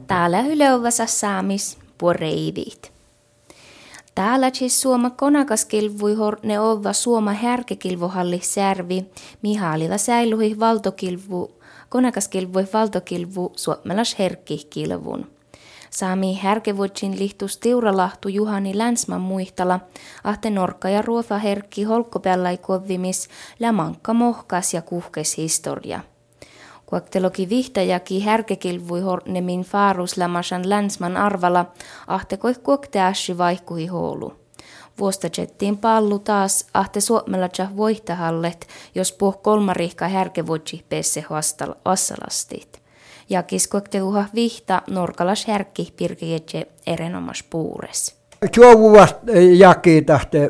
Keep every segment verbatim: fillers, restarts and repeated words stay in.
Täällä hyleuvassa saamis puoreivit. Täällä siis suoma konakaskilvui horne ova suoma härkekilvohalli särvi, mihalilla säiluhi valtokilvu, konakaskilvui valtokilvu suomelas herkkikilvun. Saami härkevuotsin lihtus tiuralahtu Juhani Länsman muistala, ahte norkka ja ruofa herkki holkkopellai kovvimis, lämankka mohkas ja kuhkes historia. Kuakteloki vihtajaki härkekilvui hornemin faarus lämasan Länsman arvala, ahte koih kuokteassi vaihkuhi houlu. Vuostajettiin pallu taas, ahte suomelatsa voihtahallet, jos puh kolmarihka härkevuotsi pesse vassalastit. Jakis kuakteluha vihta norkalas härkki pirkejetse erenomas puures. Juovuvast jaki tahte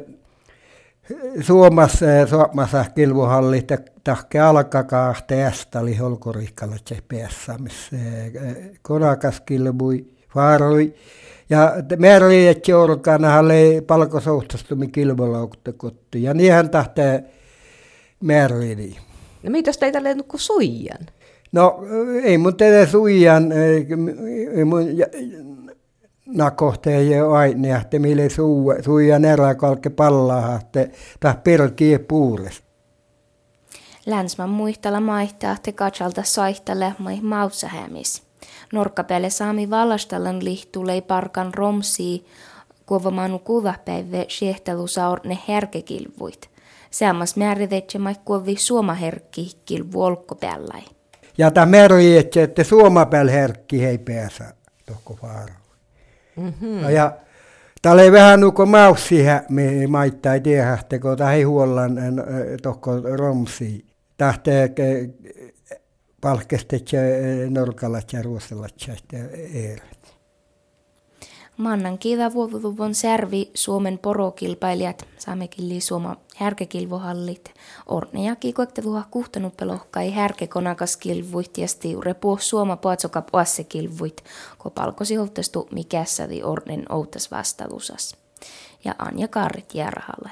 Suomassa Suomassa kilvuhallit tahke alkakaa teästä oli holkorihkalla tsepeässä, missä konakas kilvui faarui. Ja määräli, että joudukana halle palkosouhtastumi kilvolaukta kotti. Ja niinhän tahtee määräli. No mitäs teitä lennukku suijan? No ei mun teille suijan, ei mun nakohteen ja aine, että mille suijan erää kalke pallaa, että tah perkii puures. Länsman muistella maihtaa, että katsalta saihtale mai maussahämis. Norkkapäälle saami vallastallan lihtulei parkan romsii, kuovamaanu kuvapäivä siehtälusaorne herkekilvuit. Säämas määritetse mai kuovi suomaherkki kilvu olkkopäällai. Ja tämä määrii, että suomapäällä herkki ei pääse tohko vaaraan. Mm-hmm. No ja täällä ei vähän nuko maussi me maittaa ei tiedä, kun tämä ei huollan tohko romsii. Tähtee palkestetse norkalat ja ruosalat eerät. Mannan kiivä vuoviluvun särvi Suomen porokilpailijat, saamekilli Suoma härkekilvohallit, orne ja kiikoikteluha kuhtanupelohkai härkekonakaskilvuit ja stiure puh Suoma poatsoka puassekilvuit, ko palkosi houttastu mikässävi ornen outas vastalusas. Ja Anja Karrit järahallai.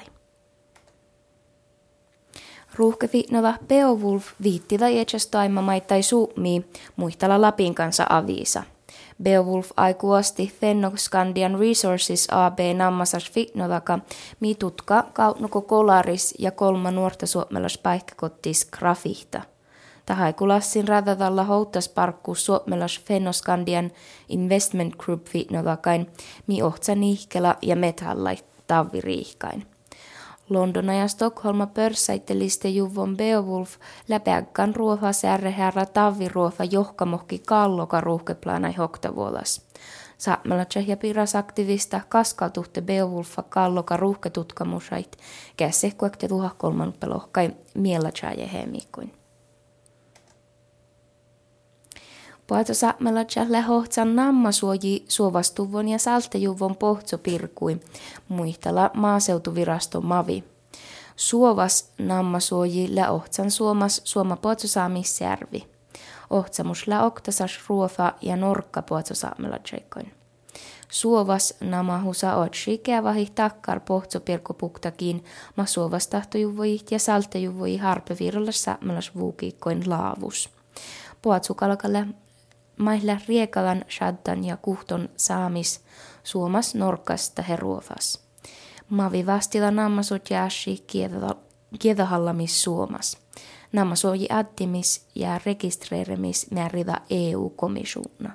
Ruuhkefi'nova Beowulf viittida etsäs taima maittai suumii, muistella Lapin kanssa aviisa. Beowulf aikuasti Fennoskandian Resources A B nammasas fi'nodaka, mi tutka kautnuko kolaris ja kolma nuorta suomelas paikkakottis grafihta. Tahaikulassin radadalla houttas parkku suomelas Fennoskandian Investment Group fi'nodakain, mi ohtsa nihkela ja metallai tavviriihkain. Londona ja Stockholma pörssäitteliste juvon Beowulf läpeäkkaan ruofa särrehärra tavviruofa johkamohki kalloka ruuhkeplanai hoktavuolas. Saamelatsä ja pirasaktivista kaskaltuhte Beowulfa kalloka ruuhketutkamusait, kässe kuekte tuha kolman pelohkai mielatsä ja hemikkuin. Poato saamelatsä lähohtsan nammasuoji suovastuvon ja saltejuvon pohtsopirkui, muistella maaseutuvirasto Mavi. Suovas nammasuoji läohtsan suomas suoma pohtsosaamissärvi. Ohtsamus läoktasas ruofa ja norkka pohtsosaamelatsäikoin. Suovas namahusa otsi kävahi takkar pohtsopirkupuktakin, ma suovas tahtojuvoi ja saltejuvoi harpevirolla saamelas vuukiikkoin laavus. Pohtsukalkalle maihla riekalan shaddan ja kuhton saamis suomas norkkasta heruofas. Mavi vastila nammasot jääsi kiedahallamis suomas. Nammasoji addimis ja registreerimis määrivä E U-komisuuna.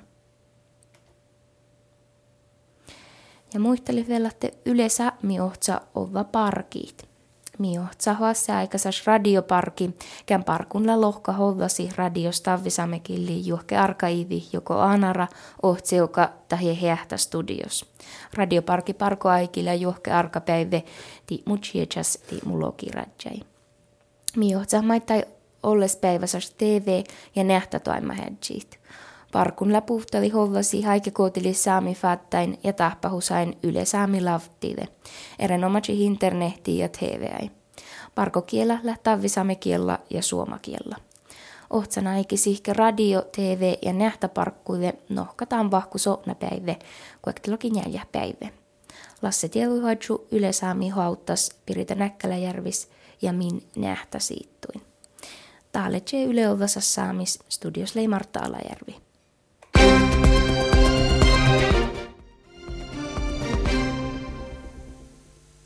Ja muisteli vielä, että yleensä miohtsa ova parkiit. Miohtsa huassa aikaisas radioparki, kän parkunla lohka hovasi radiostavisamekilli juhke arkaivi joko anara, ohtseuka tai heähtä studios. Radioparki parko aikilla juhke arkapäivä ti mutsietsas ti mulokirajai. Miohtsa maittai olles päiväsas T V ja nähtä toimahedjit. Parkun läpuhtali hovasi haikekootili saami fattain ja tahpahusain yle saami lavtiide. Erenomaksi internettiin ja T V-ai. Parkokielä lähtavisamekiellä ja suomakiellä. Ohtsana aiki sihke radio, T V ja nähtäparkkuive nohkataan vahku sopnapäivä, kuektelokin jäljäpäivä. Lasse Tieluhoitsu yle saami hauttas Pirita Näkkäläjärvis ja min nähtä siittuin. Täällä Yle Ovassa saamis studios Lei Martta Alajärvi.